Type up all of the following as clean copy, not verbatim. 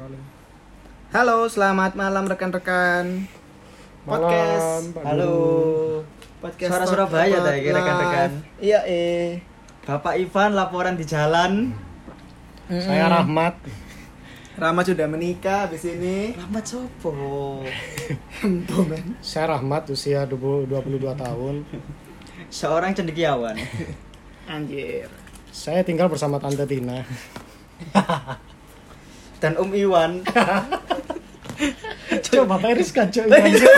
rolling. Halo, selamat malam rekan-rekan podcast. Halo. Podcast Suara Talk Surabaya About tadi rekan-rekan. Life. Iya, Bapak Ivan laporan di jalan. Saya Rahmat. Rama sudah menikah habis ini. Rahmat sopo? Saya Rahmat, usia 22 tahun. Seorang cendekiawan. Anjir. Saya tinggal bersama Tante Tina. Dan Om Iwan. Coba Bapak Rizka, sorry.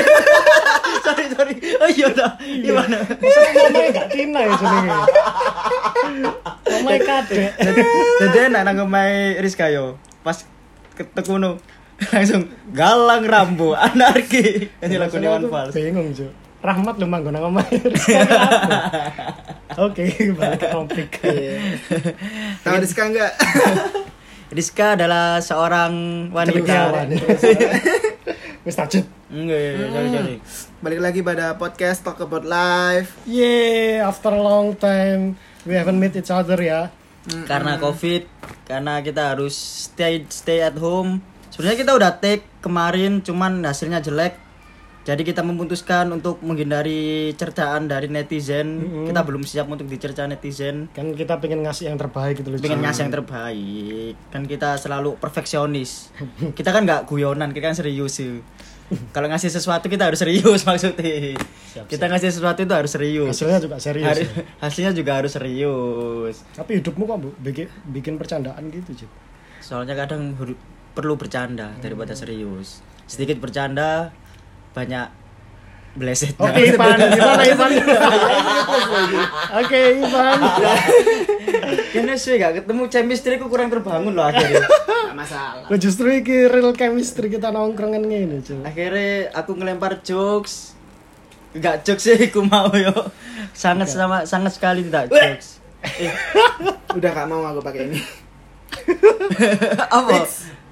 Oh iya dah. Iwan. Maksudnya ngomongnya gak Tina ya jenenge. Ngomongnya kadek. Jadi enak nang omahe Rizka yo. Pas ketekuno langsung galang rambo anarki. Ini lagu Iwan Fals. Bingung, Cuk. Rahmat lu manggon nang omahe Rizka. Oke, balik ke topik. Tahu Rizka enggak? Rizka adalah seorang wanita. Cendekiawan. Wis tajud. Enggak, sorry. Balik lagi pada podcast Talk About Life. Yeah, after a long time we haven't met each other ya. Karena COVID, karena kita harus stay at home. Sebenarnya kita udah take kemarin, cuman hasilnya jelek. Jadi kita memutuskan untuk menghindari cercaan dari netizen. Kita belum siap untuk dicerca netizen. Kan kita pengen ngasih yang terbaik gitu loh. Pengen Cuk. ngasih yang terbaik. Kan kita selalu perfeksionis. Kita kan nggak guyonan, kita kan serius sih. Kalau ngasih sesuatu kita harus serius maksudnya. Kita ngasih sesuatu itu harus serius. Hasilnya juga serius. Ya? Hasilnya juga harus serius. Tapi hidupmu kok bikin percandaan gitu, Cip? Soalnya kadang perlu bercanda daripada serius. Sedikit bercanda, banyak bleset. Oke, Ivan, gimana Ivan? Oke, Ivan. Kene sih gak ketemu chemistry ku kurang terbangun loh akhirnya. Enggak masalah. Lo justru iki real chemistry kita nongkrongan ngene, Cuk. Akhirnya aku ngelempar jokes. Enggak jokes sih aku mau yo. Sangat sekali tidak jokes. Udah gak mau aku pakai ini. Apa?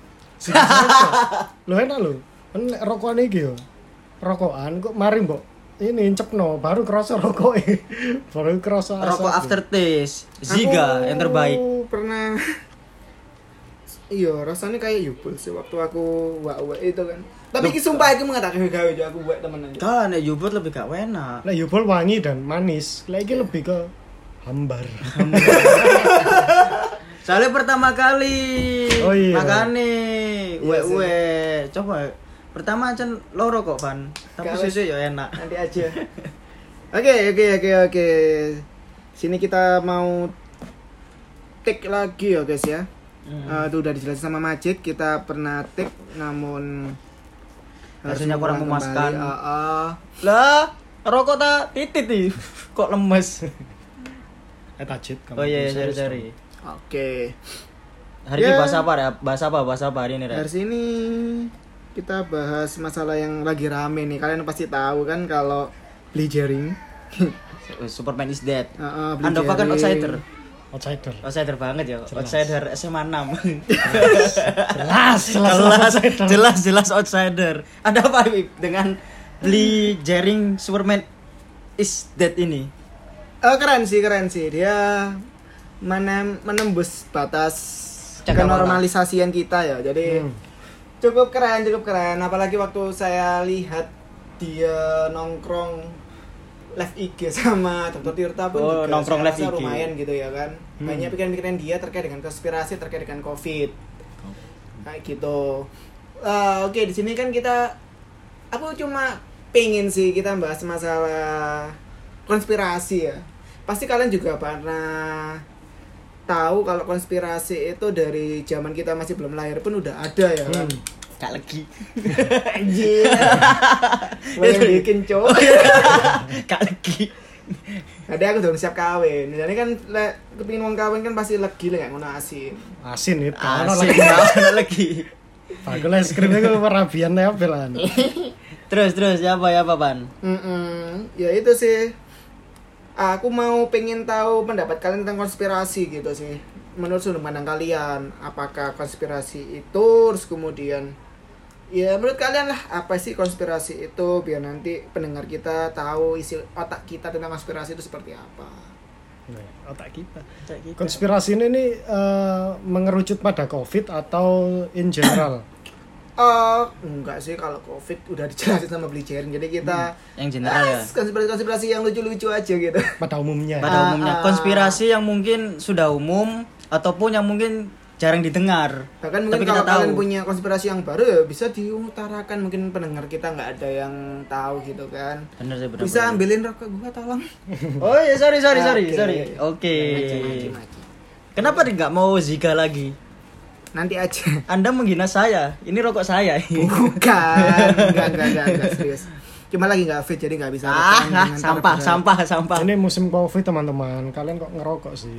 Lo enak lo. Kan rokokan iki yo. Rokokan kok mari mbok ini cepno baru kerasa rokoknya. Baru kerasa Rokok asapnya. aftertaste Ziga yang terbaik. Aku pernah iya, rasanya kayak Yubul sih waktu aku wak itu kan. Tapi iki sumpah aku mengatakan gawe aja aku buat temenan. Kan yogurt lebih gak enak. Lah yubol wangi dan manis. Lah iki lebih ke hambar. Soalnya pertama kali. Oh iya. Makane Iya we coba. Pertama aja loro kok, Van. Tapi Gak susu ya enak. Nanti aja. Oke. Sini kita mau take lagi ya guys ya. Itu udah dijelasin sama Majid, kita pernah take namun Harusnya kurang mengulang memuaskan. kembali. Lah, rokok tak titit nih. Kok lemes? Tajid kamu. Oh iya, serius cari. Oke. Hari ini bahas apa ya? Bahas apa hari ini, Rek? Dari sini kita bahas masalah yang lagi rame nih. Kalian pasti tahu kan kalau Bleachering. Superman is dead. Bleachering. Anda kan outsider. Outsider. Outsider banget ya. Outsider SMA 6. Jelas outsider. Ada apa dengan Bleachering Superman is dead ini? Keren sih. Dia menembus batas Cakrawala. kenormalisasian kita ya. Jadi cukup keren. Apalagi waktu saya lihat dia nongkrong live IG sama Dr. Tirta pun Oh, juga nongkrong saya live rasa IG. lumayan gitu ya kan. Banyak pikiran-pikiran dia terkait dengan konspirasi, terkait dengan COVID. Kayak gitu. Oke, di sini kan aku cuma pengen sih kita bahas masalah konspirasi ya. Pasti kalian juga pernah tahu kalau konspirasi itu dari zaman kita masih belum lahir pun udah ada ya kan. Gak lagi. Anjir. Yang bikin cowok. Gak lagi. Ada aku belum siap kawin. Jadi kan kepingin wong kawin kan pasti legi lah ngono asin. Asin itu. Asik, lagi. Bagus lah skripnya gue perabian ya belan. Terus ya apa Pan? Ya itu sih. Aku mau pengen tahu pendapat kalian tentang konspirasi gitu sih. Menurut sudut pandang kalian, apakah konspirasi itu terus kemudian ya menurut kalian lah apa sih konspirasi itu biar nanti pendengar kita tahu isi otak kita tentang konspirasi itu seperti apa. Nah, otak kita. Gitu. Konspirasi ini mengerucut pada COVID atau in general? Enggak sih, kalau COVID udah dijelasin sama beli Jering. Jadi kita Yang general ya. konspirasi yang lucu-lucu aja gitu. Pada umumnya. Pada umumnya konspirasi yang mungkin sudah umum ataupun yang mungkin jarang didengar. Bahkan Tapi mungkin kita kalau kalian tahu. punya konspirasi yang baru ya bisa diutarakan, mungkin pendengar kita nggak ada yang tahu gitu kan. Bener sih, bener. Bisa ambilin rokok gua tolong. Oh iya, sorry. Oke. Oke. Maki. Kenapa dia nggak mau Zika lagi? Nanti aja. Anda menghina saya. Ini rokok saya. Bukan. Enggak serius. Cuma lagi nggak fit jadi nggak bisa. rokokan dengan sampah. Ini musim COVID teman-teman. Kalian kok ngerokok sih?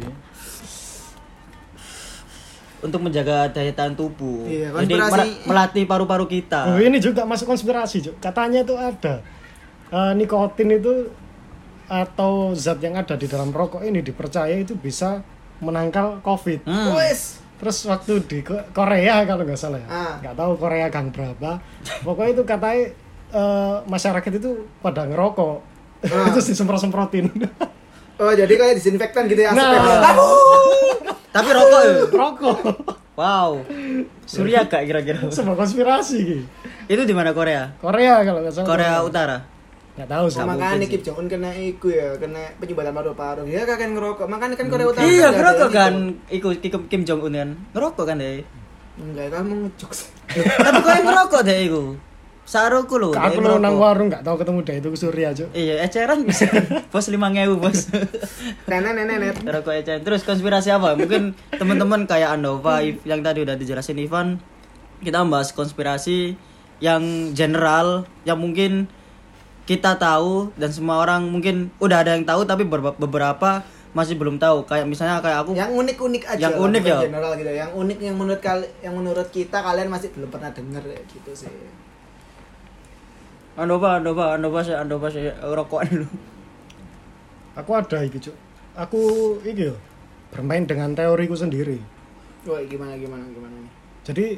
Untuk menjaga daya tahan tubuh. Iya, Jadi konspirasi. melatih paru-paru kita. Oh, ini juga masuk konspirasi, Cuk. Katanya itu ada nikotin itu atau zat yang ada di dalam rokok ini dipercaya itu bisa menangkal COVID. Wes. Terus waktu di Korea kalau nggak salah ya, nggak tahu Korea gang berapa, pokoknya itu katanya masyarakat itu pada ngerokok, terus disemprot-semprotin. Oh, jadi kayak disinfektan gitu ya asapnya. Nah. Tapi rokok ya. Rokok. Wow. Surya gak kira-kira? Sebuah konspirasi gitu. Itu di mana Korea? Korea kalau nggak salah. Korea Utara. Nggak tahu sih. Makanya Kim Jong Un kena iku ya, kena penyumbatan paru-paru. Dia kan ngerokok. Makanya kan Korea Utara. Iya, kan ngerokok ada kan. itu. Iku Kim Jong Un kan. Ngerokok kan deh. Enggak, kamu ngejokes. Tapi kok yang ngerokok deh iku. Saruku lho. Aku lo nang warung nggak tahu ketemu deh itu Surya, Cuk. Iya, eceran bisa. Bos 5.000, Bos. Nenek. Rokok eceran. Terus konspirasi apa? Mungkin teman-teman kayak Andova yang tadi udah dijelasin Ivan, kita membahas konspirasi yang general yang mungkin kita tahu dan semua orang mungkin udah ada yang tahu tapi beberapa masih belum tahu. Kayak misalnya kayak aku Yang unik-unik aja. Yang lah, unik bukan ya? General gitu. Yang unik yang menurut kita kalian masih belum pernah dengar ya, gitu sih. Andova sih rokokan dulu. Aku ada iki, Cuk. Aku iki yo bermain dengan teoriku sendiri. Wah, gimana? Jadi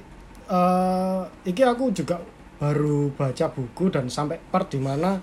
iki aku juga baru baca buku dan sampai part di mana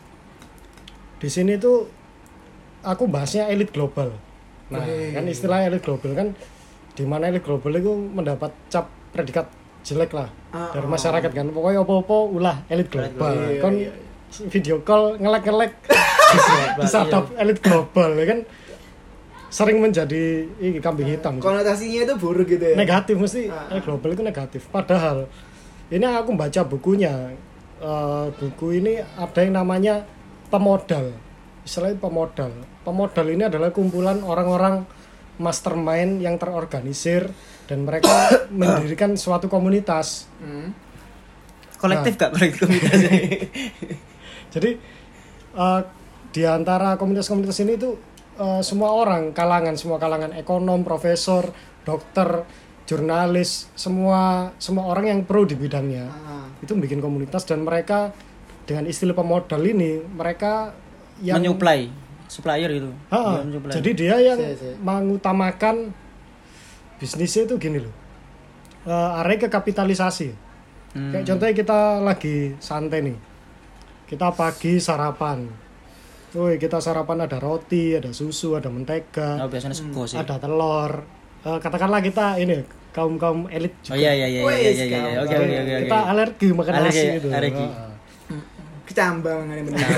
di sini tuh aku bahasnya elit global. Nah, kan istilah elit global kan di mana elit global itu mendapat cap predikat jelek lah dari masyarakat kan. Pokoknya opo-opo ulah elit global. Iya, Kon iya. video call ngelek-ngelek disatap elit global ya kan sering menjadi kambing hitam. Konotasinya itu buruk gitu ya. Negatif mesti global itu negatif. Padahal ini aku baca bukunya. Buku ini ada yang namanya pemodal. Istilahnya pemodal. Pemodal ini adalah kumpulan orang-orang mastermind yang terorganisir dan mereka mendirikan suatu komunitas. Kolektif gak kolektif komunitas? Jadi di antara komunitas-komunitas ini itu semua kalangan ekonom, profesor, dokter, jurnalis, semua orang yang pro di bidangnya itu bikin komunitas dan mereka dengan istilah pemodal ini mereka yang menyuplai supplier itu. Dia menyuplai. Jadi dia yang mengutamakan bisnisnya itu gini loh. Area ke kapitalisasi. Kayak contohnya kita lagi santai nih. Kita pagi sarapan. Kita sarapan ada roti, ada susu, ada mentega. Oh, biasanya sego sih. Ada telur. Katakanlah kita ini kaum elit juga. Oh iya. Oke. Kita alergi makan nasi gitu. Alergi. Kecambang ada bener.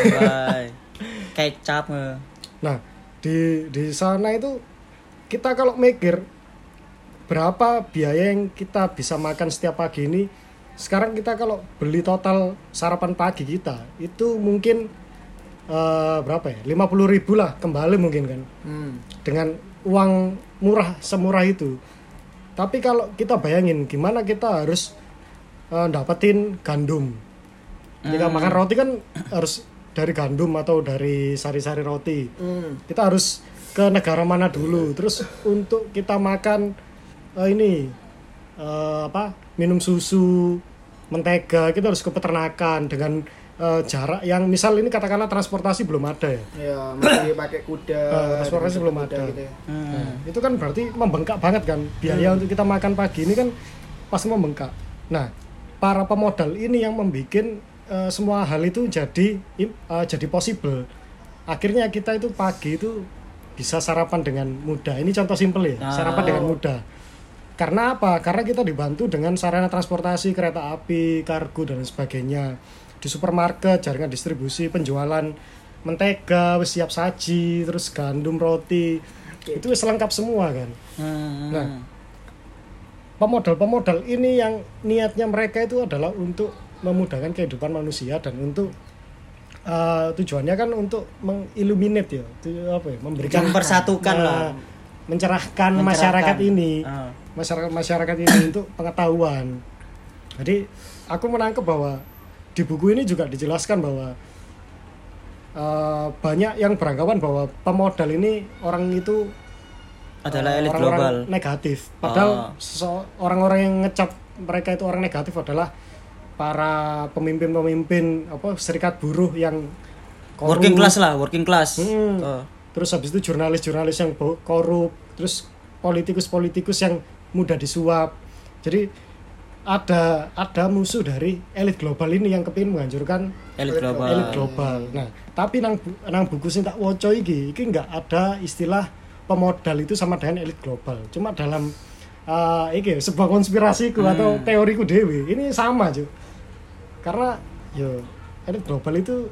Kecap. Nah, di sana itu kita kalau mikir berapa biaya yang kita bisa makan setiap pagi ini. Sekarang kita kalau beli total sarapan pagi kita itu mungkin berapa ya? 50.000 lah kembali mungkin kan. Dengan uang murah semurah itu. Tapi kalau kita bayangin gimana kita harus dapetin gandum. Jika makan roti kan harus dari gandum atau dari sari-sari roti. Kita harus ke negara mana dulu. Terus untuk kita makan minum susu, mentega, kita harus ke peternakan dengan jarak yang misal ini katakanlah transportasi belum ada ya. Ya, masih pakai kuda. Transportasi belum ada. Gitu ya. Nah, itu kan berarti membengkak banget kan. Biaya untuk kita makan pagi ini kan pasti membengkak. Nah, para pemodal ini yang membuat semua hal itu jadi possible. Akhirnya kita itu pagi itu bisa sarapan dengan mudah. Ini contoh simpel ya, sarapan dengan mudah. Karena apa? Karena kita dibantu dengan sarana transportasi, kereta api, kargo dan sebagainya. Di supermarket, jaringan distribusi, penjualan mentega, siap saji, terus gandum, roti. Itu lengkap semua kan. Nah, pemodal-pemodal ini yang niatnya mereka itu adalah untuk memudahkan kehidupan manusia dan untuk tujuannya kan untuk mengiluminate ya, memberikan mempersatukan lah, mencerahkan masyarakat ini, masyarakat ini untuk pengetahuan. Jadi aku menangkap bahwa di buku ini juga dijelaskan bahwa banyak yang beranggapan bahwa pemodal ini orang itu adalah elit orang-orang global negatif. Padahal orang-orang yang ngecap mereka itu orang negatif adalah para pemimpin-pemimpin serikat buruh yang korup. working class. Terus habis itu jurnalis-jurnalis yang korup, terus politikus-politikus yang mudah disuap. Jadi ada musuh dari elit global ini yang kepingin menghancurkan elit global. Nah, tapi nang buku sing tak waca iki enggak ada istilah pemodal itu sama dengan elit global. Cuma dalam sebuah konspirasiku atau teoriku dewe, ini sama cuy. Karena elit global itu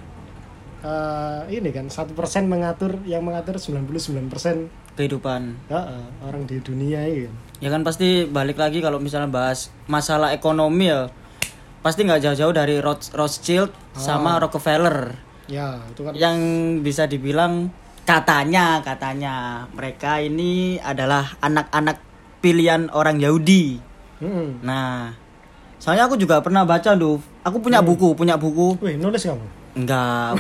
ini kan 1% yang mengatur 99% kehidupan orang di dunia ini kan. Ya kan pasti balik lagi kalau misalnya bahas masalah ekonomi ya pasti nggak jauh-jauh dari Rothschild sama Rockefeller. Ya, itu kan yang bisa dibilang katanya mereka ini adalah anak-anak pilihan orang Yahudi. Nah, soalnya aku juga pernah baca tuh. Aku punya buku. Wih, nulis kamu? Enggak,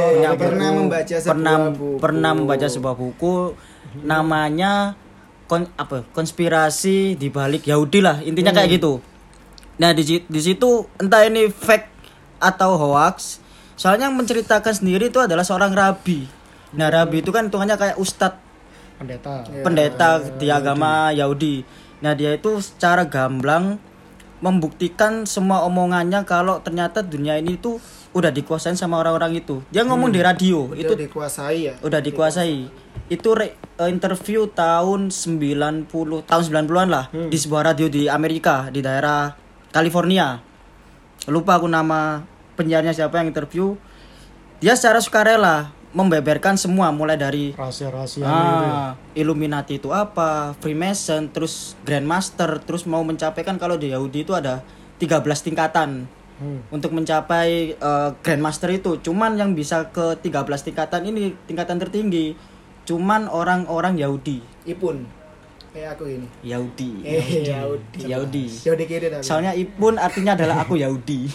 pernah membaca sebuah buku namanya konspirasi di balik Yahudi lah. Intinya kayak gitu. Nah, di situ entah ini fake atau hoax. Soalnya yang menceritakan sendiri itu adalah seorang rabi. Nah, rabi itu kan hitungannya kayak ustadz, pendeta di agama Yahudi. Nah, dia itu secara gamblang membuktikan semua omongannya kalau ternyata dunia ini tuh udah dikuasain sama orang-orang itu. Dia ngomong di radio udah itu dikuasai ya. Udah dikuasai. Itu interview tahun 90-an lah di sebuah radio di Amerika di daerah California. Lupa aku nama penyiarnya siapa yang interview. Dia secara sukarela membeberkan semua mulai dari rahasia-rahasia Illuminati itu apa, Freemason, terus Grandmaster, terus mau mencapaikan kalau di Yahudi itu ada 13 tingkatan untuk mencapai Grandmaster itu. Cuman yang bisa ke 13 tingkatan ini tingkatan tertinggi cuman orang-orang Yahudi. Ipun kayak aku ini. Yahudi. Yahudi kiri tapi. Soalnya Ipun artinya adalah aku Yahudi.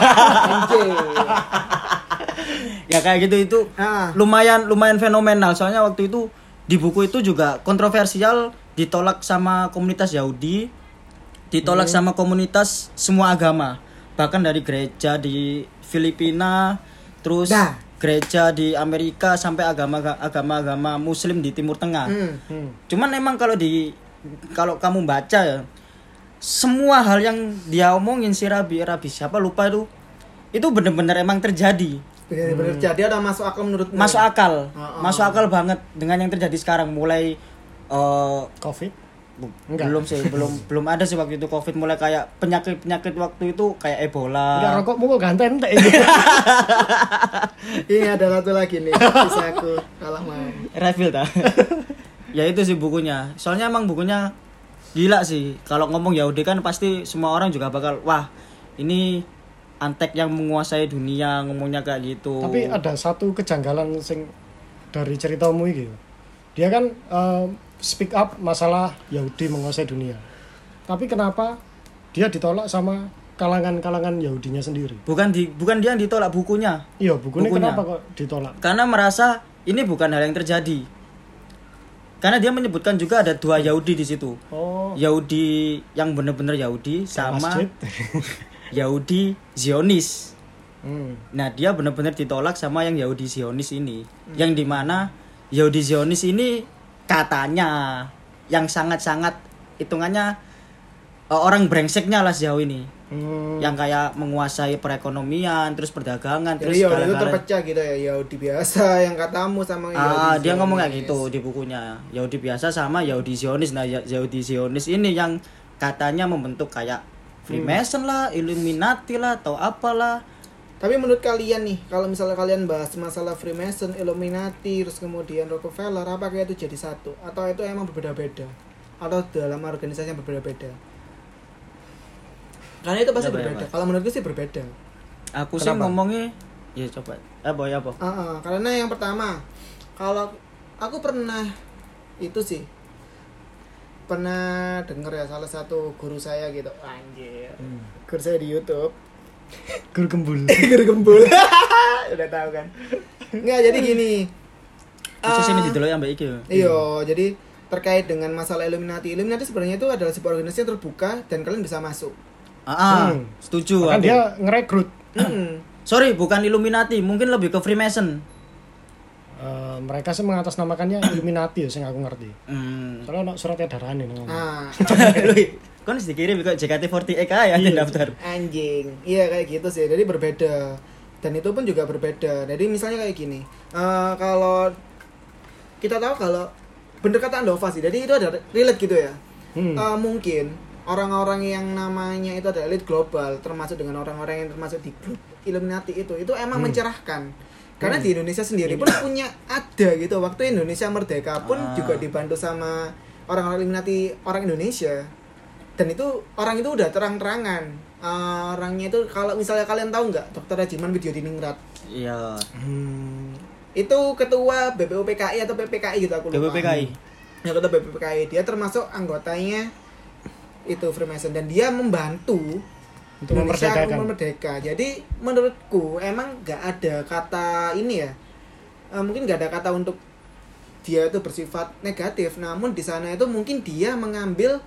Ya kayak gitu itu lumayan fenomenal. Soalnya waktu itu di buku itu juga kontroversial, ditolak sama komunitas Yahudi, ditolak sama komunitas semua agama, bahkan dari gereja di Filipina, terus gereja di Amerika sampai agama Muslim di Timur Tengah. Cuman emang kalau kamu baca ya, semua hal yang dia omongin si Rabi siapa lupa itu benar-benar emang terjadi. Benar-benar jadi ada masuk akal menurutmu? Masuk akal. Masuk akal banget dengan yang terjadi sekarang mulai COVID. Belum sih, belum ada sih waktu itu COVID, mulai kayak penyakit waktu itu kayak Ebola. Enggak, rokokmu kok ganten entek ini. Ini ada satu lagi nih, bisa aku kalah mau. Refill ta. Ya itu sih bukunya. Soalnya emang bukunya gila sih. Kalau ngomong Yahudi kan pasti semua orang juga bakal wah, ini antek yang menguasai dunia, ngomongnya kayak gitu. Tapi ada satu kejanggalan sing dari ceritamu ini. Dia kan speak up masalah Yahudi menguasai dunia. Tapi kenapa dia ditolak sama kalangan Yahudinya sendiri? Bukan dia yang ditolak, bukunya. Iya, bukunya kenapa kok ditolak? Karena merasa ini bukan hal yang terjadi. Karena dia menyebutkan juga ada dua Yahudi di situ. Yahudi yang benar-benar Yahudi sama Yahudi Zionis. Nah, dia benar-benar ditolak sama yang Yahudi Zionis ini. Yang dimana Yahudi Zionis ini katanya yang sangat-sangat hitungannya orang brengseknya lah sejauh ini. yang kayak menguasai perekonomian, terus perdagangan, terus Jadi Yahudi itu segala-galanya. terpecah gitu ya, Yahudi biasa yang katamu sama Yahudi Dia Zionis. ngomong kayak gitu di bukunya. Yahudi biasa sama Yahudi Zionis. Nah, Yahudi Zionis ini yang katanya membentuk kayak Freemason lah, Illuminati lah, atau apalah. Tapi menurut kalian nih, kalau misalnya kalian bahas masalah Freemason, Illuminati, terus kemudian Rockefeller, apakah itu jadi satu? Atau itu emang berbeda-beda? Atau dalam organisasi yang berbeda-beda? Karena itu pasti Ya, berbeda. Mas. Kalau menurutku sih berbeda. Aku sih Kenapa? ngomongnya, ya coba. Apa? Karena yang pertama, kalau aku pernah itu sih pernah denger ya salah satu guru saya gitu, anjir, guru saya di YouTube. Guru gembul. Guru gembul. Udah tahu kan. Enggak, jadi gini. Khusus ini didelok ambek iki. Iya, jadi terkait dengan masalah Illuminati. Illuminati sebenarnya itu adalah sebuah organisasi yang terbuka dan kalian bisa masuk. Setuju Kan aku. dia ngerekrut. Sorry, bukan Illuminati, mungkin lebih ke Freemason. Mereka sih mengatasnamakannya Illuminati ya, sing aku ngerti. Soalnya ono surat edaran ini. Nah, Kan harus dikirim ke JKT48 ya daftar. anjing. Iya kayak gitu sih. Jadi berbeda. Dan itu pun juga berbeda. Jadi misalnya kayak gini. Kalau kita tahu kalau bener kata Andova sih. Jadi itu ada relate gitu ya. Mungkin orang-orang yang namanya itu ada elit global, termasuk dengan orang-orang yang termasuk di grup Illuminati itu emang mencerahkan. Karena di Indonesia sendiri pun punya ada gitu. Waktu Indonesia merdeka pun juga dibantu sama orang-orang Illuminati orang Indonesia. Dan itu orang itu udah terang-terangan. Orangnya itu kalau misalnya kalian tahu nggak Dr. Rajiman Widyodiningrat, Iya. itu ketua BPUPKI atau PPKI gitu aku lupa. BPUPKI. Ya, ketua BPUPKI. Dia termasuk anggotanya itu Freemason dan dia membantu Untuk Indonesia memerdekakan. merdeka. Jadi menurutku emang nggak ada kata ini ya. Mungkin nggak ada kata untuk dia itu bersifat negatif. Namun di sana itu mungkin dia mengambil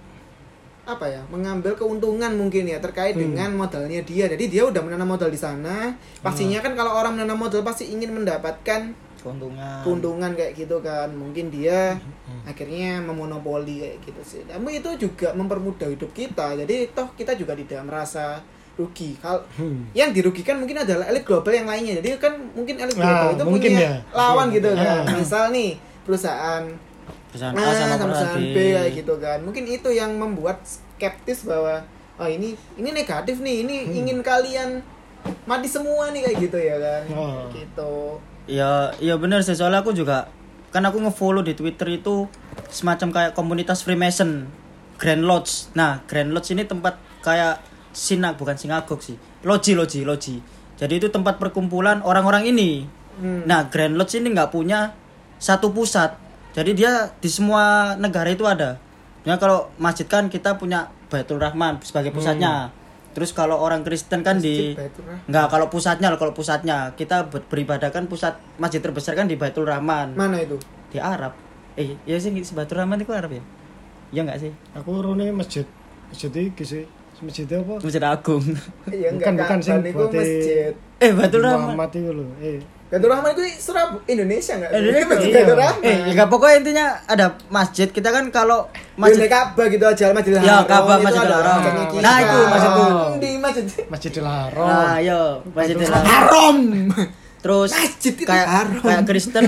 mengambil keuntungan mungkin ya terkait dengan modalnya dia. Jadi dia udah menanam modal di sana. Pastinya kan kalau orang menanam modal pasti ingin mendapatkan keuntungan kayak gitu kan. Mungkin dia akhirnya memonopoli kayak gitu sih. Namun itu juga mempermudah hidup kita. Jadi toh kita juga tidak merasa rugi. Yang dirugikan mungkin adalah elit global yang lainnya. Jadi kan mungkin elit global itu mungkin punya ya. lawan gitu kan. Misal nih perusahaan A sama perusahaan B. B kayak gitu kan. Mungkin itu yang membuat skeptis bahwa ini negatif nih, ini ingin kalian mati semua nih kayak gitu ya kan. Gitu. Ya benar sih, soalnya aku juga kan aku nge-follow di Twitter itu semacam kayak komunitas Freemason, Grand Lodge. Nah, Grand Lodge ini tempat kayak bukan sinagog sih. Loji. Jadi itu tempat perkumpulan orang-orang ini. Nah, Grand Lodge ini nggak punya satu pusat. Jadi dia di semua negara itu ada. Ya kalau masjid kan kita punya Baitul Rahman sebagai pusatnya. Terus kalau orang Kristen kan Masjid di Baitur Rahman. enggak kalau pusatnya kita beribadah kan pusat masjid terbesar kan di Baitul Rahman. Mana itu? Di Arab. Ya sih Baitul Rahman itu Arab ya? Iya enggak sih? Aku rune masjid iki sih. Masjid apa? Masjid Agung. Iya Bukan, sing itu buat masjid. Baitul Rahman. Muhammad itu lho. Baitur Rahman itu Indonesia enggak? Masjid Iya. Baitur Rahman. Ya pokoknya intinya ada masjid. Kita kan kalau Masjid masjid Ka'bah gitu aja, Masjidil Ya, Haram. Ka'bah, itu Masjidil ada Haram. masjidnya kita. Nah, itu masjid itu. Di masjid Masjidil Haram. Nah, yo Masjidil Haram. Haram. Terus Masjid itu kayak haram. kayak Kristen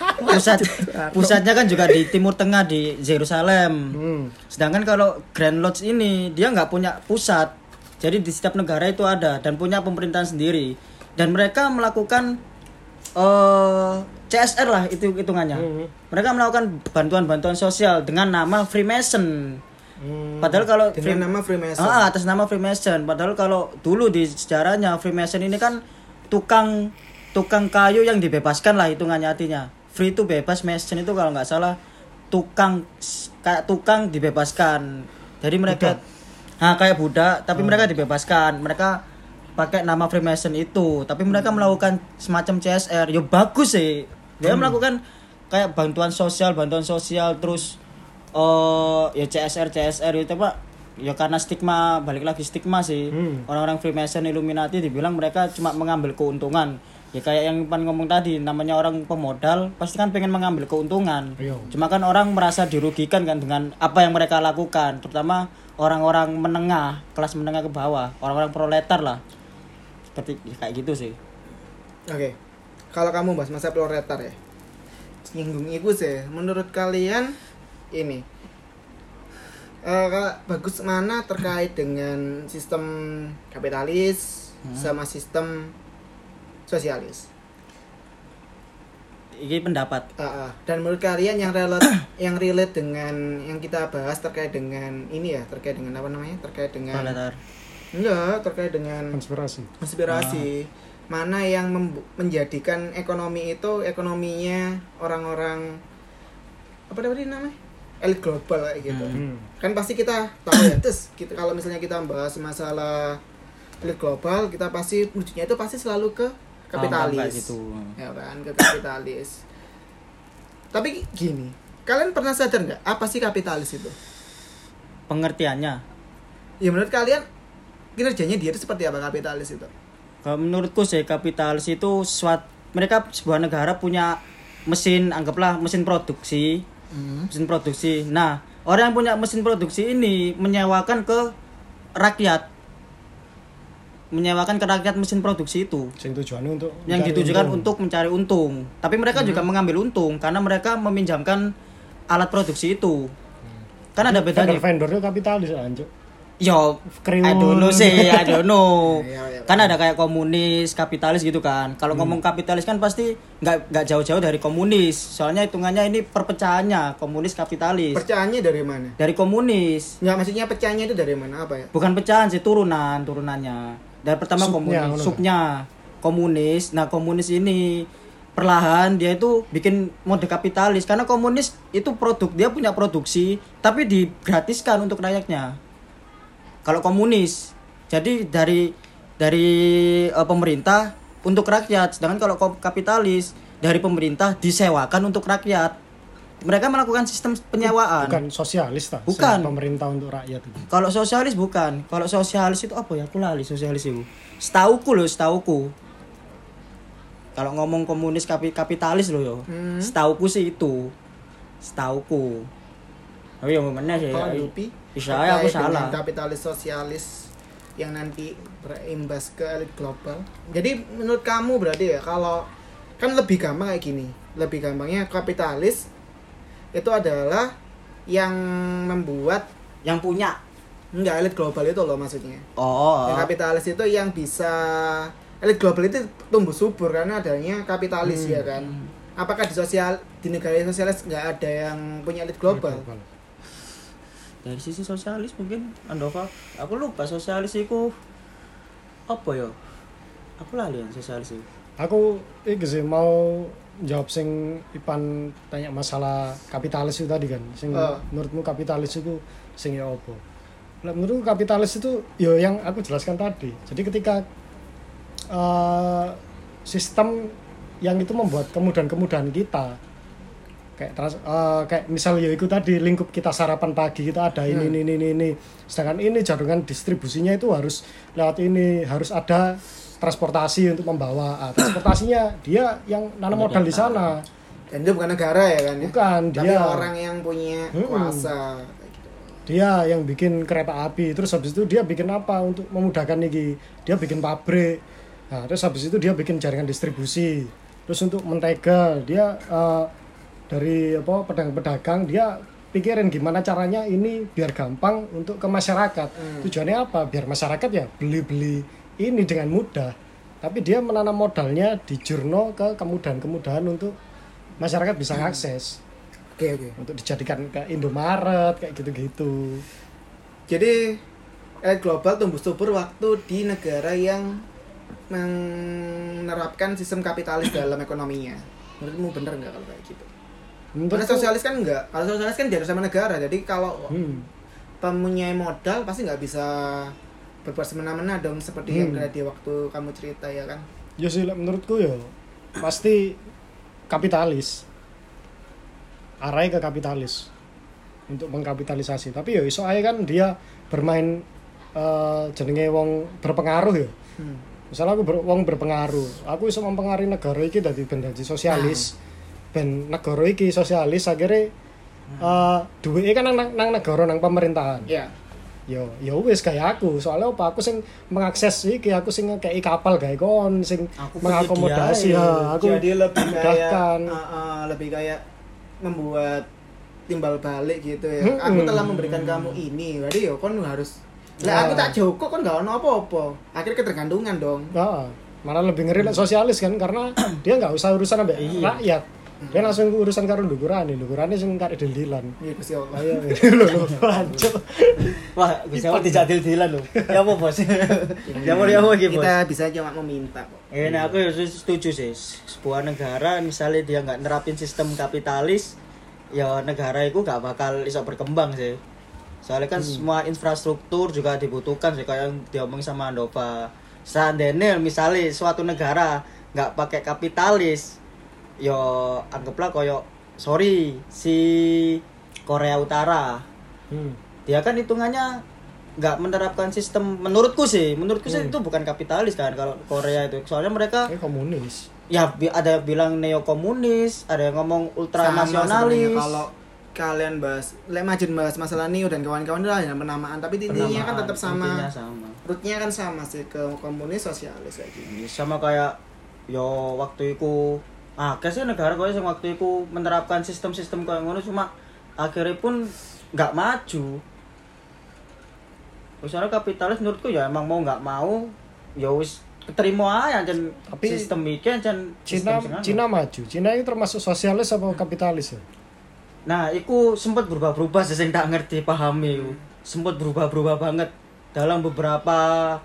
pusatnya kan juga di Timur Tengah di Yerusalem. Sedangkan kalau Grand Lodge ini dia nggak punya pusat. Jadi di setiap negara itu ada dan punya pemerintahan sendiri. Dan mereka melakukan CSR lah itu hitungannya. Mereka melakukan bantuan-bantuan sosial dengan nama Freemason. Padahal kalau Dengan nama Freemason. atas nama Freemason. Padahal kalau dulu di sejarahnya Freemason ini kan tukang kayu yang dibebaskan lah hitungannya artinya. Free itu bebas, Mason itu kalau nggak salah tukang dibebaskan. Jadi mereka kayak budak tapi mereka dibebaskan. Mereka pakai nama Freemason itu, tapi mereka melakukan semacam CSR. Yo bagus sih. Dia melakukan kayak bantuan sosial terus ya CSR itu Pak. Ya karena stigma, balik lagi stigma sih. Orang-orang Freemason, Illuminati dibilang mereka cuma mengambil keuntungan. Ya kayak yang Pan ngomong tadi, namanya orang pemodal pasti kan pengen mengambil keuntungan. Iya. Cuma kan orang merasa dirugikan kan dengan apa yang mereka lakukan, terutama orang-orang menengah, kelas menengah ke bawah, orang-orang proletar lah. Kayak gitu sih. Oke. Kalau kamu bahas masa proletar ya. Nyinggung itu sih. Menurut kalian ini bagus mana terkait dengan sistem kapitalis sama sistem sosialis? Ini pendapat. Dan menurut kalian yang relate dengan yang kita bahas terkait dengan ini ya, terkait dengan apa namanya? Terkait dengan Proletar. enggak, terkait dengan konspirasi. Mana yang menjadikan ekonomi itu ekonominya orang-orang apa namanya? Elit global kayak gitu. Kan pasti kita tahu ya, terus kita kalau misalnya kita bahas masalah elit global, kita pasti wujudnya itu pasti selalu ke kapitalis. Gitu. Ya kan, ke kapitalis. Tapi gini, kalian pernah sadar nggak apa sih kapitalis itu? Pengertiannya. Ya menurut kalian kinerjanya dia itu seperti apa kapitalis itu? Kalau menurutku sih kapitalis itu mereka sebuah negara punya mesin, anggaplah mesin produksi. Mesin produksi. Nah, orang yang punya mesin produksi ini menyewakan ke rakyat. Menyewakan ke rakyat mesin produksi itu. Yang tujuannya untuk yang ditujukan untuk mencari untung. Tapi mereka juga mengambil untung karena mereka meminjamkan alat produksi itu. Kan ada bedanya. Vendor-vendornya kapitalis anjuk. Yo, Kriwul. I don't know. Iya. Kan ada kayak komunis, kapitalis gitu kan. Kalau ngomong kapitalis kan pasti nggak jauh-jauh dari komunis. Soalnya hitungannya ini perpecahannya komunis kapitalis. Pecahannya dari mana? Dari komunis. Nggak, maksudnya pecahannya itu dari mana apa ya? Bukan pecahan sih, turunannya. Dari pertama komunis, subnya komunis. Nah, komunis ini perlahan dia itu bikin mode kapitalis karena komunis itu dia punya produksi tapi digratiskan untuk rakyatnya. Kalau komunis, jadi dari pemerintah untuk rakyat, sedangkan kalau kapitalis dari pemerintah disewakan untuk rakyat. Mereka melakukan sistem penyewaan. Bukan sosialis tak? Bukan. Pemerintah untuk rakyat itu. Kalau sosialis bukan. Kalau sosialis itu apa ya? Aku lali sosialis itu. Setauku. Kalau ngomong komunis kapitalis loh yo. Setauku sih itu. Setauku. Oh iya mana sih? Kalau Dupi, Bisa aku salah. Kapitalis sosialis yang nanti berimbas ke elit global. Jadi menurut kamu berarti ya kalau kan lebih gampang kayak gini. Lebih gampangnya kapitalis itu adalah yang membuat yang punya. enggak elit global itu loh maksudnya. Yang kapitalis itu yang bisa elit global itu tumbuh subur karena adanya kapitalis ya kan. Apakah di negara sosialis nggak ada yang punya elit global? Dari sisi sosialis mungkin Andova, aku lupa sosialis itu apa ya? Aku lali yang sosialis itu. Aku iki sih mau jawab sing Ipan tanya masalah kapitalis itu tadi kan. Sing menurutmu kapitalis itu sing ya apa? Menurutku kapitalis itu ya yang aku jelaskan tadi. Jadi ketika sistem yang itu membuat kemudahan-kemudahan kita kayak misal ya itu tadi lingkup kita sarapan pagi kita ada ini sedangkan ini jaringan distribusinya itu harus lewat ini, harus ada transportasi untuk membawa transportasinya dia yang nanam modal di sana dan itu bukan negara ya kan ya? Bukan, tapi dia orang yang punya kuasa dia yang bikin kereta api, terus habis itu dia bikin apa untuk memudahkan ini, dia bikin pabrik, nah terus habis itu dia bikin jaringan distribusi, terus untuk mentega dia dari pedagang-pedagang dia pikirin gimana caranya ini biar gampang untuk ke masyarakat. Tujuannya apa? Biar masyarakat ya beli ini dengan mudah. Tapi dia menanam modalnya di jurno ke kemudahan-kemudahan untuk masyarakat bisa akses. Oke. Untuk dijadikan ke Indomaret kayak gitu-gitu. Jadi global tumbuh subur waktu di negara yang menerapkan sistem kapitalis dalam ekonominya. Menurutmu bener nggak kalau kayak gitu? Karena sosialis kan enggak. Kalau sosialis kan diatur sama negara. Jadi kalau mempunyai modal pasti nggak bisa berbuat semena-mena dong seperti yang tadi waktu kamu cerita ya kan? Ya sih menurutku ya pasti kapitalis. Arahnya ke kapitalis untuk mengkapitalisasi. Tapi ya iso ae kan dia bermain jenenge wong berpengaruh ya. Misalnya aku wong berpengaruh, aku iso mempengaruhi negara iki dadi ben dadi sosialis. Ben negara iki sosialis akhirnya duwike kan nang negara nang pemerintahan. Iya. Ya wis kayak aku, soalnya apa aku sing mengakses iki, aku sing ngekeki kapal gawe kon sing Aku mengakomodasi penyedia, aku Jadi lebih kayak mudahkan. lebih kayak membuat timbal balik gitu ya. Aku telah memberikan kamu ini, berarti ya kon harus. Lah aku tak joko kon gak ono apa-apa. Akhirnya ketergantungan dong. Nah, malah lebih ngeri lek sosialis kan karena dia nggak usah urusan ambek rakyat. Dia langsung urusan karo ndugurane sing karek dil-dilan. Iya Gusti Allah. Ayo lho pancuk. Wah, bisa tidak dil-dilan lho. Ya apa, Bos? Ya apa iki, Bos? Kita bisa cuma meminta kok. Nah, aku ya setuju sih. Sebuah negara misalnya dia nggak nerapin sistem kapitalis, ya negara itu nggak bakal bisa berkembang sih. Soalnya kan semua infrastruktur juga dibutuhkan sih, kayak yang diomongin sama Andova. Seandainya misalnya suatu negara nggak pakai kapitalis, yo anggaplah koyo sorry si Korea Utara. Dia kan hitungannya nggak menerapkan sistem, menurutku sih itu bukan kapitalis kan kalau Korea itu. Soalnya mereka Komunis. ya ada yang bilang neo komunis, ada yang ngomong ultranasionalis. Sebenarnya kalau kalian bahas masalah Neo dan kawan-kawan itu hanya penamaan, tapi intinya kan tetap sama. Rootnya kan sama sih, ke komunis sosialis kayak gitu. Sama kayak yo waktu itu sih negara kaya yang waktu itu menerapkan sistem-sistem kayak ngono, cuma akhirnya pun nggak maju. Misalnya kapitalis menurutku ya emang mau nggak mau ya wis keterima aja ancen sistem iki ancen Cina maju. Cina itu termasuk sosialis apa kapitalis ya? Nah, itu sempat berubah-berubah sih, yang tak ngerti pahami itu. Sempat berubah-berubah banget dalam beberapa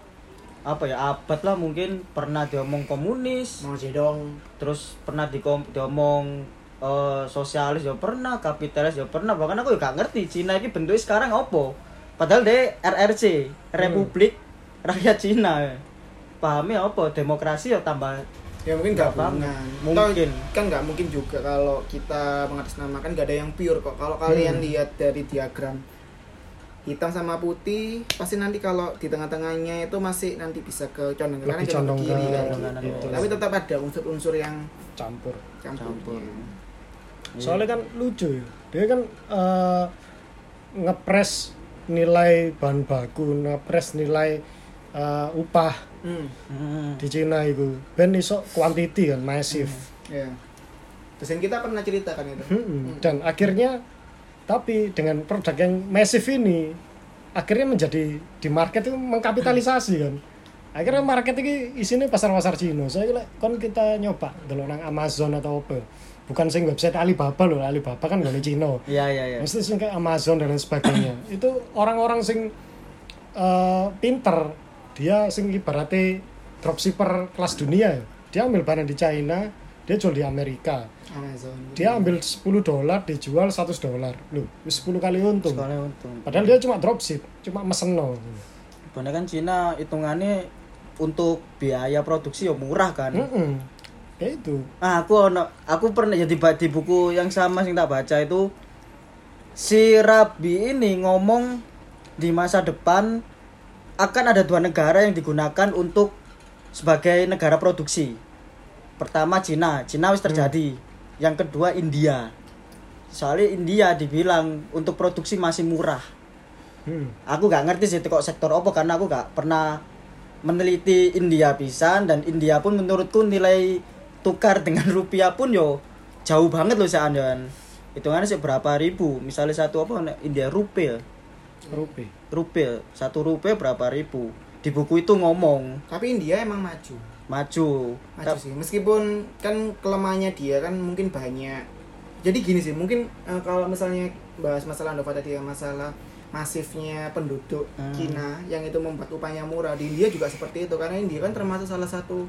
abad lah, mungkin pernah diomong komunis, Mau jedong. terus pernah diomong sosialis ya pernah, kapitalis ya pernah. Bahkan aku juga gak ngerti Cina ini bentuknya sekarang apa. Padahal dia RRC, Republik Rakyat Cina. Pahami apa? Demokrasi ya tambah. Ya mungkin gabungan. Mungkin. Kan nggak mungkin juga kalau kita mengatasnamakan, nggak ada yang pure kok. Kalau kalian lihat dari diagram hitam sama putih, pasti nanti kalau di tengah-tengahnya itu masih nanti bisa ke condong ke kanan, ke kiri kan gitu. Tapi tetap ada unsur-unsur yang campur. Soalnya kan lucu ya. Dia kan ngepres nilai bahan baku, ngepres nilai upah di Cina itu ben iso quantity kan masif. Iya. Terus yang kita pernah ceritakan itu. Dan akhirnya tapi dengan produk yang masif ini akhirnya menjadi di market itu mengkapitalisasi kan. Akhirnya market ini isinya pasar-pasar Cina. Saya kira kon kita nyoba delok nang Amazon atau apa. Bukan sing website Alibaba loh. Alibaba kan gak Cina. Iya. Mesti sing kayak Amazon dan lain sebagainya. Itu orang-orang sing pinter. Dia sing ibaratnya dropshipper kelas dunia. Dia ambil barang di China, dia jual di Amerika. Amazon. Dia ambil $10, dijual $100. Loh, 10 kali untung. Untung. Padahal dia cuma dropship, cuma meseno. Karena kan Cina hitungannya untuk biaya produksi ya murah kan. Kayak itu. Aku pernah jadi di buku yang sama yang tak baca itu, si Rabi ini ngomong di masa depan akan ada 2 negara yang digunakan untuk sebagai negara produksi. Pertama Cina wis terjadi. Yang kedua India. Soalnya India dibilang untuk produksi masih murah. Aku gak ngerti sih kok sektor apa, karena aku gak pernah meneliti India pisan, dan India pun menurutku nilai tukar dengan rupiah pun yo jauh banget loh seandainya. Hitungannya sih berapa ribu. Misalnya satu India rupiah. Rupiah 1 rupiah berapa ribu. Di buku itu ngomong. Tapi India emang maju sih, meskipun kan kelemahannya dia kan mungkin banyak. Jadi gini sih, mungkin kalau misalnya bahas masalah Andova tadi ya, masalah masifnya penduduk Cina yang itu membuat upahnya murah. Di India juga seperti itu, karena India kan termasuk salah satu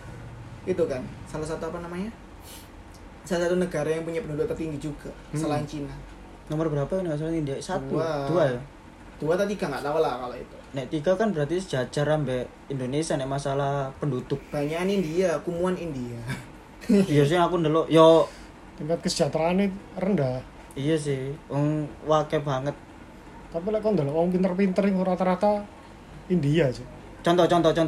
salah satu negara yang punya penduduk tertinggi juga selain Cina. Nomor berapa ya nggak salah India? 1, 2 ya? 2 atau 3 nggak tahu lah kalau itu. Nek 3 kan berarti sejajar sampai Indonesia nek masalah penduduk. Banyak India, kumuan India. Iya sih aku ndelok yo tingkat kesejahteraannya rendah. Iya sih, wake banget. Tapi lek kon ndelok wong pinter-pinter iku rata-rata India aja. Contoh.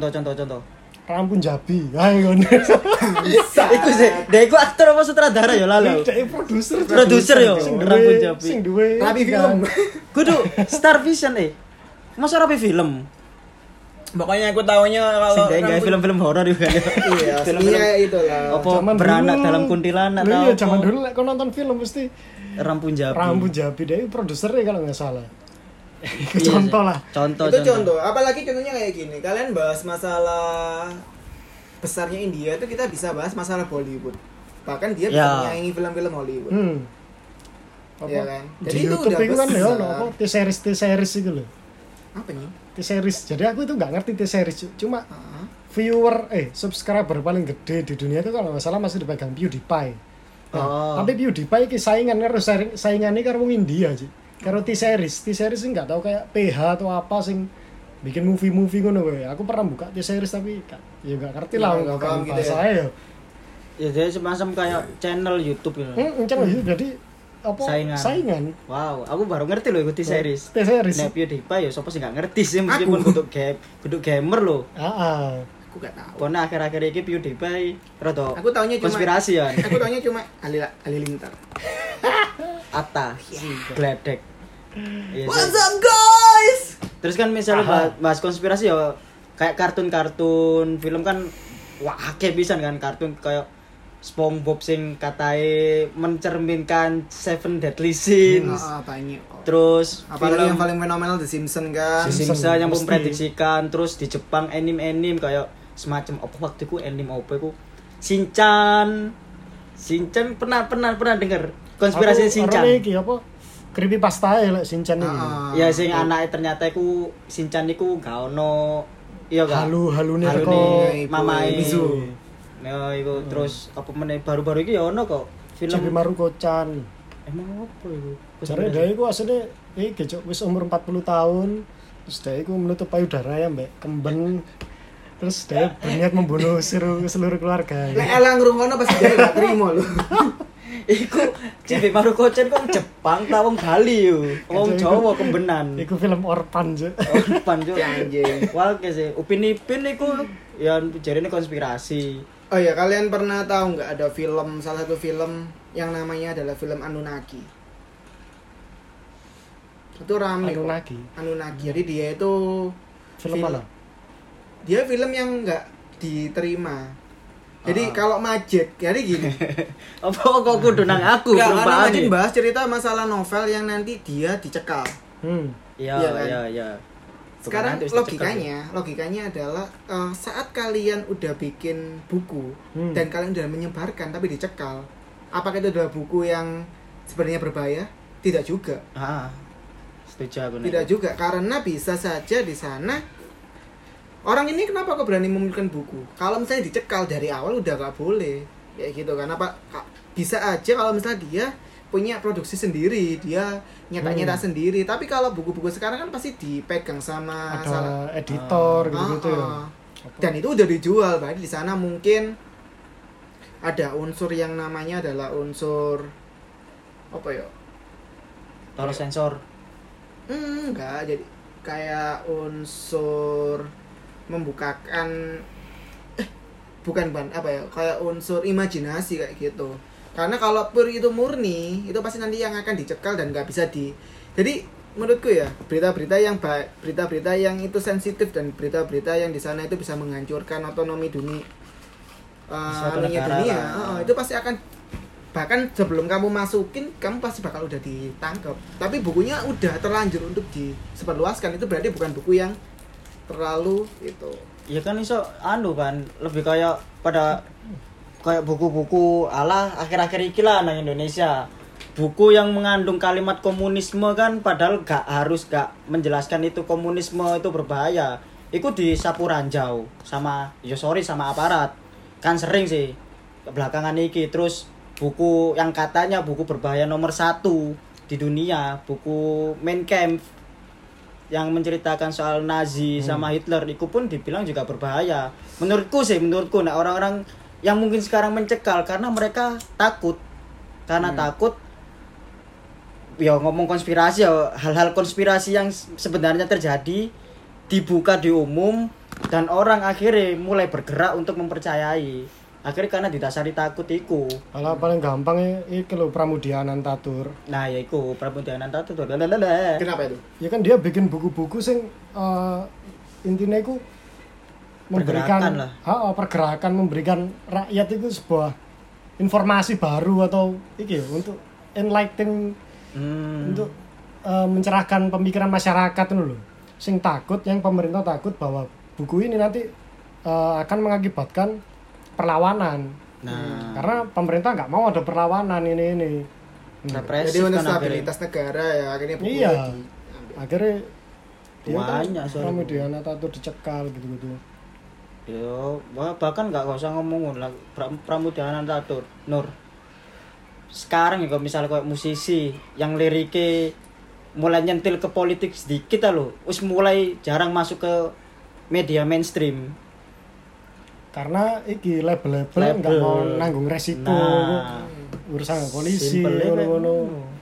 Rampun Jabi. Ayo ngono. Iku sih, dia iku aktor apa sutradara ya lalu. Dia produser. Produser yo, Rampun Jabi. Sing duwe Rapi film. Kudu Star Vision Masa rapi film? Pokoknya aku taunya kalau Sing gawe film-film horor juga. iya, film-film itu lah. Apa Zaman beranak dulu. dalam kuntilanak Iya, atau zaman apa? dulu lek kon nonton film mesti Rampun Jabi. Rampun Jabi dia produsernya kalau nggak salah. Iya, Contoh lah. Itu contoh. Apalagi contohnya kayak gini. Kalian bahas masalah besarnya India itu kita bisa bahas masalah Bollywood. Bahkan dia bisa Ya. menyaingi film-film Hollywood. Apa? Iya kan? Di Jadi itu YouTube udah itu kan ya besar. ono apa T-series itu loh. Apa nih? T-series. Jadi aku itu nggak ngerti T-series. Cuma Heeh. subscriber paling gede di dunia itu kalau nggak salah masih dipegang PewDiePie. Nah, Oh. tapi PewDiePie ki saingannya karo wong India sih. Karo T-series sih nggak tahu kayak PH atau apa sing bikin movie ngono kowe. Aku pernah buka T-series tapi ya nggak ngerti lah Nggak bukan paham gitu bahasa ya. ya. Ya dia semacam kayak channel YouTube gitu. Jadi apa saingan. Wow, aku baru ngerti loh ikuti series. T-series. Nek PewDiePie ya sapa sih gak ngerti sih meskipun kudu gamer loh. Heeh. Aku gak tahu. Pokoknya akhir-akhir ini PewDiePie rada Aku taunya cuma konspirasi ya. Aku taunya cuma Halilintar. Atta, gledek. Iya, What's sih. up guys? Terus kan misalnya bahas konspirasi ya kayak kartun-kartun film kan wah akeh pisan kan kartun kayak SpongeBob sing katai mencerminkan Seven Deadly Sins. Banyak. Terus Apalagi film yang paling fenomenal The Simpsons kan. Simpsons yang Mesti. memprediksikan. Terus di Jepang anime kayak semacam apa waktu itu anime apa itu Shinchan pernah denger konspirasi Shinchan. Aku iki apa? Creepypasta ya lek Shinchan iki. Ya sing anake ternyata iku Shinchan iku gak ono iya gak Halune halune teko mamae Mizu. Ya iku terus apa meneh baru-baru iki ya ono kok film Cibimaru Kocan. emang apa iku Jare dia iku asline iki cuk wis umur 40 tahun. Terus dia iku menutup payudara ya mbak kemben. Terus dia berniat membunuh seluruh keluarga. Lek elang ngrungokno pasti dia gak terima lho. iku Cibimaru Kocan kok Jepang ta wong Bali yo wong Iku- Jawa kembenan Iku film Orpan cuk. Pan yo Si anjing. wah sih Upin Ipin iku ya jarine konspirasi. Oh ya, kalian pernah tahu nggak ada salah satu film yang namanya adalah film Anunnaki? Itu rame kok. Anunnaki. Jadi dia itu Film mana? Dia film yang nggak diterima. Jadi kalau Majid, jadi gini. Apa kok kudu nang aku Nggak, karena perubahan Majid ya? bahas cerita masalah novel yang nanti dia dicekal. Iya Iya kan? iya. Sekarang Bukan nanti harus dicekal ya. logikanya adalah saat kalian udah bikin buku dan kalian udah menyebarkan tapi dicekal, apakah itu adalah buku yang sebenarnya berbahaya? Tidak juga. Setuju aku nih. Tidak juga, karena bisa saja di sana orang ini kenapa kok berani memunculkan buku? Kalau misalnya dicekal dari awal udah gak boleh, kayak gitu kan? Bisa aja kalau misalnya dia punya produksi sendiri, dia nyata sendiri. Tapi kalau buku-buku sekarang kan pasti dipegang sama Ada editor gitu ya. Dan itu udah dijual, berarti di sana mungkin ada unsur yang namanya adalah unsur apa ya? Taruh sensor. Enggak, jadi kayak unsur membukakan kayak unsur imajinasi kayak gitu. Karena kalau pure itu murni, itu pasti nanti yang akan dicekal dan nggak bisa jadi menurutku ya, berita-berita yang itu sensitif dan berita-berita yang di sana itu bisa menghancurkan otonomi dunia dunia, itu pasti akan, bahkan sebelum kamu masukin kamu pasti bakal udah ditangkap. Tapi bukunya udah terlanjur untuk disebarluaskan, itu berarti bukan buku yang terlalu itu. Ya kan iso kan lebih kayak pada kayak buku-buku ala akhir-akhir iki lah nang Indonesia. Buku yang mengandung kalimat komunisme kan padahal gak menjelaskan itu komunisme itu berbahaya. Iku disapu ranjau sama sama aparat. Kan sering sih belakangan iki. Terus buku yang katanya buku berbahaya nomor 1 di dunia, buku Mein Kampf yang menceritakan soal Nazi sama Hitler, itu pun dibilang juga berbahaya. Menurutku nah orang-orang yang mungkin sekarang mencekal karena mereka takut. Takut ya ngomong konspirasi ya hal-hal konspirasi yang sebenarnya terjadi dibuka di umum dan orang akhirnya mulai bergerak untuk mempercayai. Akhirnya karena didasari takut iku. Kalau paling gampang iki lho Pramudia Anantatur. Nah, ya iku Pramudia Anantatur. Kenapa itu? Ya kan dia bikin buku-buku sing intinya itu memberikan pergerakan memberikan rakyat itu sebuah informasi baru atau iki ya, untuk enlightening untuk mencerahkan pemikiran masyarakat itu loh. Sing takut yang pemerintah takut bahwa buku ini nanti akan mengakibatkan perlawanan. Nah, Karena pemerintah nggak mau ada perlawanan ini. represif Jadi untuk kan stabilitas negara ya akhirnya buku Iya. diambil. Akhirnya dia Banyak, sorry. Pramudia Anantatur dicekal gitu-gitu. yo bahkan nggak usah ngomong lah Pramudia Anantatur Nur. Sekarang ya kalau misalnya kayak musisi yang liriknya mulai nyentil ke politik sedikit loh, wis mulai jarang masuk ke media mainstream. Karena iki label-label Label. nggak mau nanggung resiko Nah, urusan polisi simpelnya kayak ngono-ngono.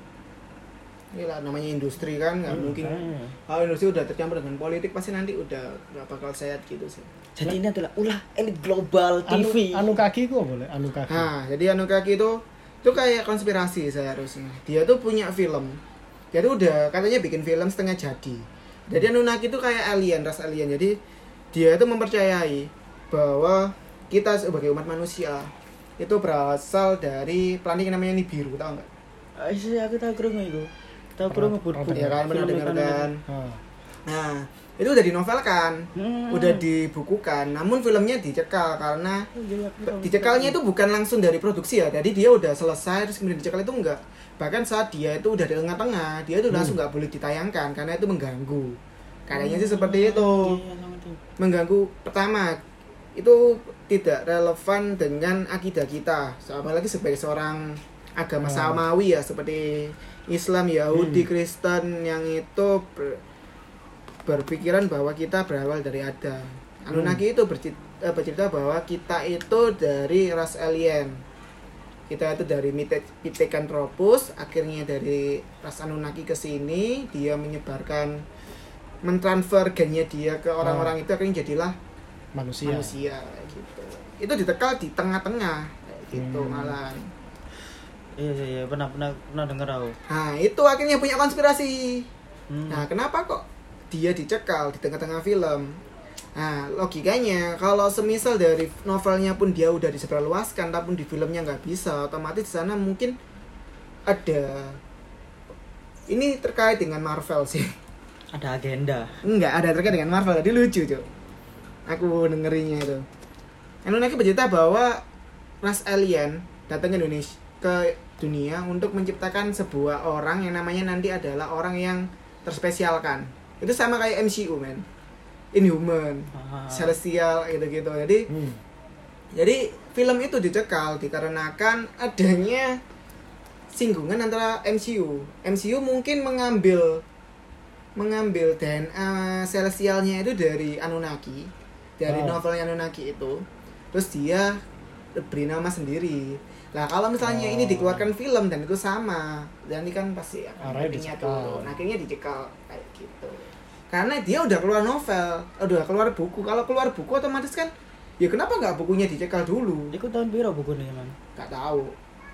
Gila, namanya industri kan nggak mungkin. makanya. Kalau industri udah tercampur dengan politik pasti nanti udah nggak bakal sehat gitu sih. Jadi ini adalah ulah elit global TV. Anu kaki kok boleh anu kaki. Nah, jadi Anunnaki itu kayak konspirasi seharusnya. Dia tuh punya film. Dia tuh udah katanya bikin film setengah jadi. Jadi Anunnaki itu kayak alien, ras alien. Jadi dia itu mempercayai bahwa kita sebagai umat manusia itu berasal dari planet yang namanya Nibiru, tahu nggak? Aku tahu krungu itu. Tahu krungu Pernah Ya kan, pernah dengar kan? Nah, Nah, itu udah dinovelkan, Hmm. udah dibukukan. Namun filmnya dicekal karena dicekalnya itu bukan langsung dari produksi ya. Jadi dia udah selesai terus kemudian dicekal itu enggak. Bahkan saat dia itu udah di tengah-tengah, dia itu langsung nggak boleh ditayangkan karena itu mengganggu. Kayaknya sih seperti itu. Mengganggu pertama itu tidak relevan dengan akidah kita. Apalagi sebagai seorang agama samawi ya seperti Islam, Yahudi, Kristen yang itu berpikiran bahwa kita berawal dari Adam. Anunnaki itu bercerita bahwa kita itu dari ras alien. Kita itu dari Pithecanthropus, akhirnya dari ras Anunnaki ke sini, dia menyebarkan mentransfer gennya dia ke orang-orang itu akhirnya jadilah manusia. manusia kayak gitu. Itu ditekal di tengah-tengah kayak gitu malah. Iya, pernah dengar aku. Nah, itu akhirnya punya konspirasi. Hmm. Nah, kenapa kok dia dicekal di tengah-tengah film? Nah, logikanya kalau semisal dari novelnya pun dia udah disebarluaskan, tapi di filmnya nggak bisa, otomatis di sana mungkin ada. Ini terkait dengan Marvel sih. Ada agenda. Enggak, ada terkait dengan Marvel. Jadi lucu, Cuk. Aku dengerinnya itu. Anunnaki bercerita bahwa ras alien datang ke Indonesia, ke dunia untuk menciptakan sebuah orang yang namanya nanti adalah orang yang terspesialkan. Itu sama kayak MCU, men. Inhuman, Celestial gitu-gitu. Jadi film itu dicekal dikarenakan adanya singgungan antara MCU. MCU mungkin mengambil DNA Celestialnya itu dari Anunnaki, dari novelnya Anunnaki itu. Terus dia beri nama sendiri. Lah kalau misalnya ini dikeluarkan film dan itu sama, dan ini kan pasti Arahnya turun. Akhirnya dicekal kayak gitu. Karena dia udah keluar novel, udah keluar buku. Kalau keluar buku otomatis kan, ya kenapa nggak bukunya dicekal dulu? Iku tahun piro bukunya emang? Nggak tahu.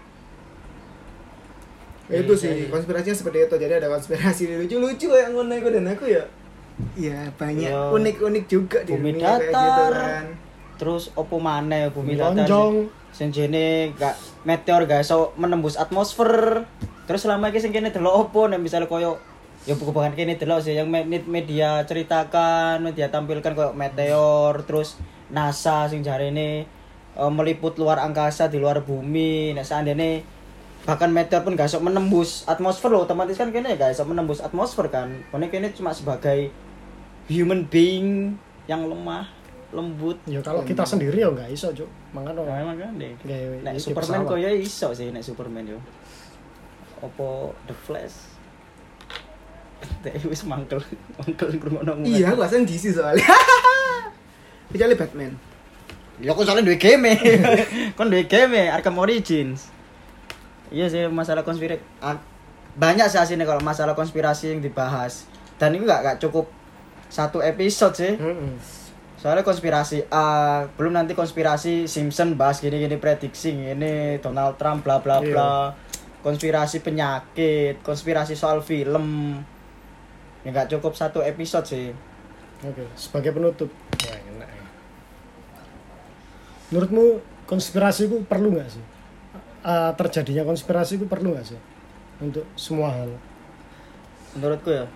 Itu sih konspirasinya seperti itu. Jadi ada konspirasi lucu-lucu yang ngono dan aku ya. Iya banyak Ya. unik-unik juga di Bumi dunia kayak gitu datar. kan. Terus opo maneh bumi datar lonjong. sing jene gak meteor gak iso menembus atmosfer. Terus selama iki sing kene delok opo nek misale koyo ya bukan kene delok sih yang media ceritakan, media tampilkan koyo meteor, terus NASA sing jarene meliput luar angkasa di luar bumi. Nek seandainya bahkan meteor pun gak iso menembus atmosfer loh, otomatis kan kene gak iso menembus atmosfer kan. Kone kene cuma sebagai human being yang lemah, lembut. Ya kalau kita sendiri ya nggak iso, Cuk. Makanya Nah, emang kan deh. Gawe Nek iki Superman pesawat. koyo iso sih nek Superman yo. Opo The Flash? Dek wis mangkel ngrungokno. Iya, aku asal DC soalnya. Kecuali Batman. Ya kok soalnya duwe game. Kon duwe game Arkham Origins. Iya sih masalah banyak sih aslinya kalau masalah konspirasi yang dibahas. Dan itu nggak cukup satu episode sih. Soalnya konspirasi A, belum nanti konspirasi Simpson bahas gini-gini prediksi ini Donald Trump bla bla bla. Konspirasi penyakit, konspirasi soal film. Ya nggak cukup satu episode sih. Oke, sebagai penutup. Ya, enak ya. Menurutmu konspirasi itu perlu nggak sih? Terjadinya konspirasi itu perlu nggak sih? Untuk semua hal. Menurutku ya.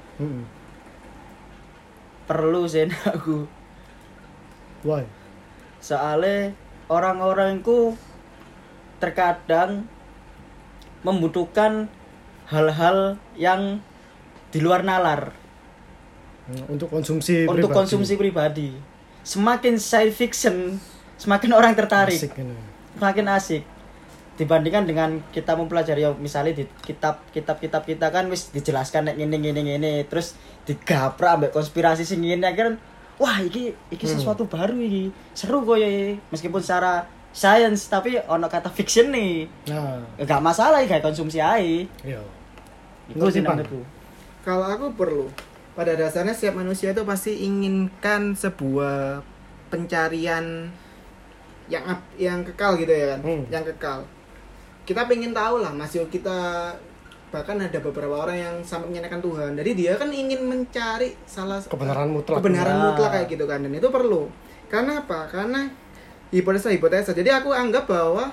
Perlu sih aku. Why? Soalnya orang-orang itu terkadang membutuhkan hal-hal yang di luar nalar untuk konsumsi pribadi. Semakin science fiction, semakin orang tertarik. Asik, gitu. Semakin asik. Dibandingkan dengan kita mempelajari misalnya di kitab kita kan wis dijelaskan nek ngene terus digaprak ambek konspirasi sing ngene akhirnya wah iki sesuatu baru iki. Seru kok ya meskipun secara science tapi ono kata fiction nih. Nah, enggak masalah kayak konsumsi ae. iya. Itu sih menurutku. Kalau aku perlu. Pada dasarnya setiap manusia itu pasti inginkan sebuah pencarian yang kekal gitu ya kan, yang kekal. Kita pengen tahu lah masih kita, bahkan ada beberapa orang yang sampai menyenangkan Tuhan. Jadi dia kan ingin mencari kebenaran mutlak kayak gitu kan, dan itu perlu. Karena apa? Karena hipotesa. Jadi aku anggap bahwa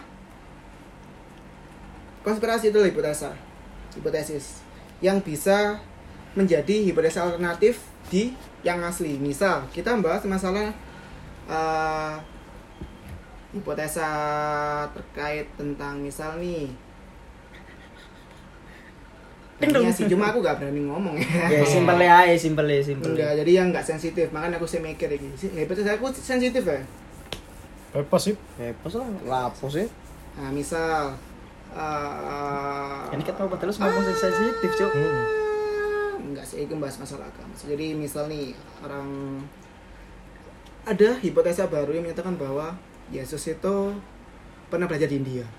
konspirasi itu hipotesis yang bisa menjadi hipotesa alternatif di yang asli. Misal kita bahas masalah hipotesa terkait tentang misal nih ini sih, cuma aku gak berani ngomong ya. Ya simple aja. Enggak, jadi yang gak sensitif, makanya aku sih mikir ini. Hipotesa aku sensitif ya. Bebas lah, lapos sih. Nah, misal ini kita mau terus ngomong sensitif, Cuk. Enggak sih, itu bahas masalah agama. Jadi misal nih ada hipotesa baru yang menyatakan bahwa Yesus itu pernah belajar di India.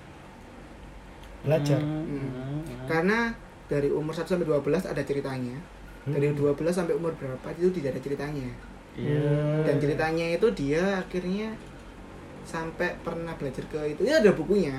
Karena dari umur 1 sampai 12 ada ceritanya. Dari 12 sampai umur berapa itu tidak ada ceritanya. Dan ceritanya itu dia akhirnya sampai pernah belajar ke itu. Ini ada bukunya.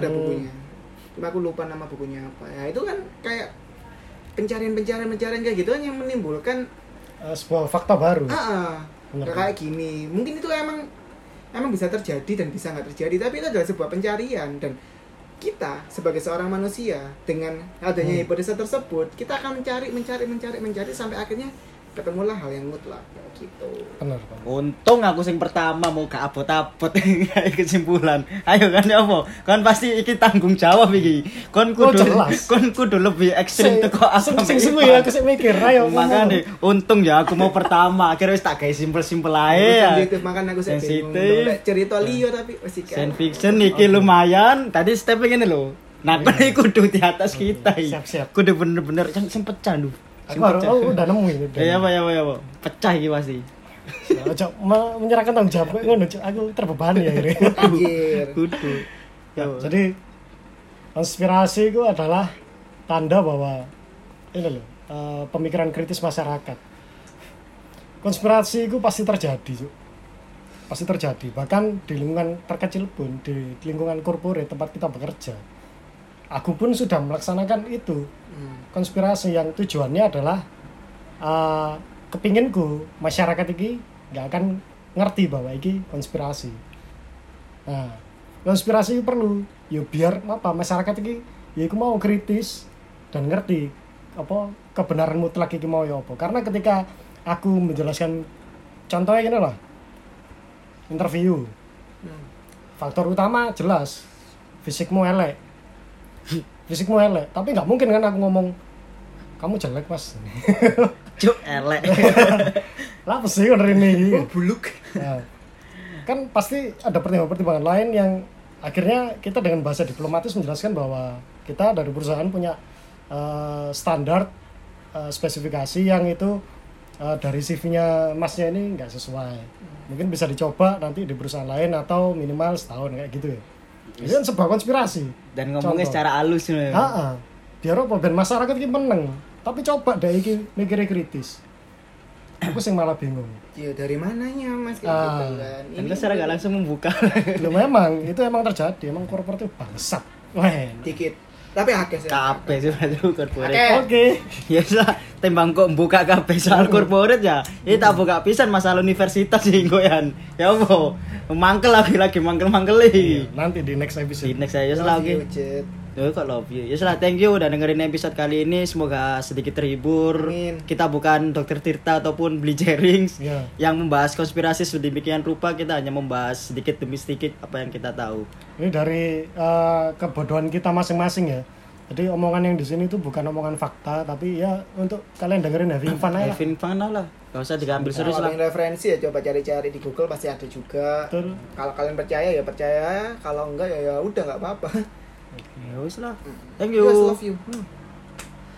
Cuma aku lupa nama bukunya apa. Ya itu kan kayak pencarian kayak gitu yang menimbulkan sebuah fakta baru. Kayak gini. Mungkin itu emang bisa terjadi dan bisa nggak terjadi, tapi itu adalah sebuah pencarian. Dan kita sebagai seorang manusia dengan adanya hipotesa tersebut, kita akan mencari sampai akhirnya ketemulah hal yang mutlak gitu. Benar. Untung aku sing pertama mau gak abot-abot kayak kesimpulan. Ayo kan ya apa? Kan pasti iki tanggung jawab iki. Kon kudu lebih ekstrim teko aku. Sing ya aku sik mikir. Ayo makane untung ya aku mau pertama. Akhirnya wis tak gawe simpel-simpel ae. Sensitif, makanya aku sensitif. Cerita liyo tapi wis iki. Science fiction iki lumayan. Tadi step ngene lho. Nah, kon kudu di atas kita iki. Siap. Kudu bener-bener sing pecah lho. Aku udah nemu ini. Ya apa. Pecah iki pasti. Ojo menyerahkan tanggung jawab ngono, aku terbebani ya ini. Kudu. Jadi konspirasi itu adalah tanda bahwa ini loh, pemikiran kritis masyarakat. Konspirasi itu pasti terjadi, pasti terjadi. Bahkan di lingkungan terkecil pun, di lingkungan korporat tempat kita bekerja. Aku pun sudah melaksanakan itu. Konspirasi yang tujuannya adalah kepinginku masyarakat ini nggak akan ngerti bahwa ini konspirasi. Nah, konspirasi itu perlu, ya biar apa masyarakat ini, ya aku mau kritis dan ngerti apa kebenaran mutlak ini mau ya apa. Karena ketika aku menjelaskan contohnya gini lah, interview, faktor utama jelas fisikmu elek, tapi nggak mungkin kan aku ngomong kamu jelek mas. Cuk elek. Lah apa sih orang ini? Buluk. Nah, kan pasti ada pertimbangan lain yang akhirnya kita dengan bahasa diplomatis menjelaskan bahwa kita dari perusahaan punya standar spesifikasi yang itu dari CV-nya masnya ini nggak sesuai. Mungkin bisa dicoba nanti di perusahaan lain atau minimal setahun kayak gitu ya. Itu kan sebuah konspirasi. Dan ngomongnya secara halus nih. biar apa ben masyarakat iki meneng. Tapi coba deh iki mikirnya kritis. Aku sing malah bingung. Iya, dari mananya Mas kayak gitu kan. Anda secara nggak langsung membuka. Loh memang itu emang terjadi, emang korporat itu bangsat. Wah. dikit. Tapi akeh sih. Kabeh sih berarti corporate. Oke. Ya lah, tembang kok buka kabeh soal corporate ya. Ini tak buka pisan masalah universitas sih goyan. Ya apa? Mangkel lagi mangkel-mangkel iki. Nanti di next episode. Di next aja lah oke. Kok love you. Ya sudah, thank you udah dengerin episode kali ini. Semoga sedikit terhibur. Amin. Kita bukan Dokter Tirta ataupun Beli Jerings Iya. yang membahas konspirasi sedemikian rupa. Kita hanya membahas sedikit demi sedikit apa yang kita tahu. Ini dari kebodohan kita masing-masing ya. Jadi omongan yang di sini itu bukan omongan fakta, tapi ya untuk kalian dengerin having fun aja lah. Having fun lah. Gak usah diambil serius Kalau lah. pengen referensi ya coba cari-cari di Google pasti ada juga. Betul. Kalau kalian percaya ya percaya, kalau enggak ya udah nggak apa-apa. Ya wis lah. Thank you. Just love you.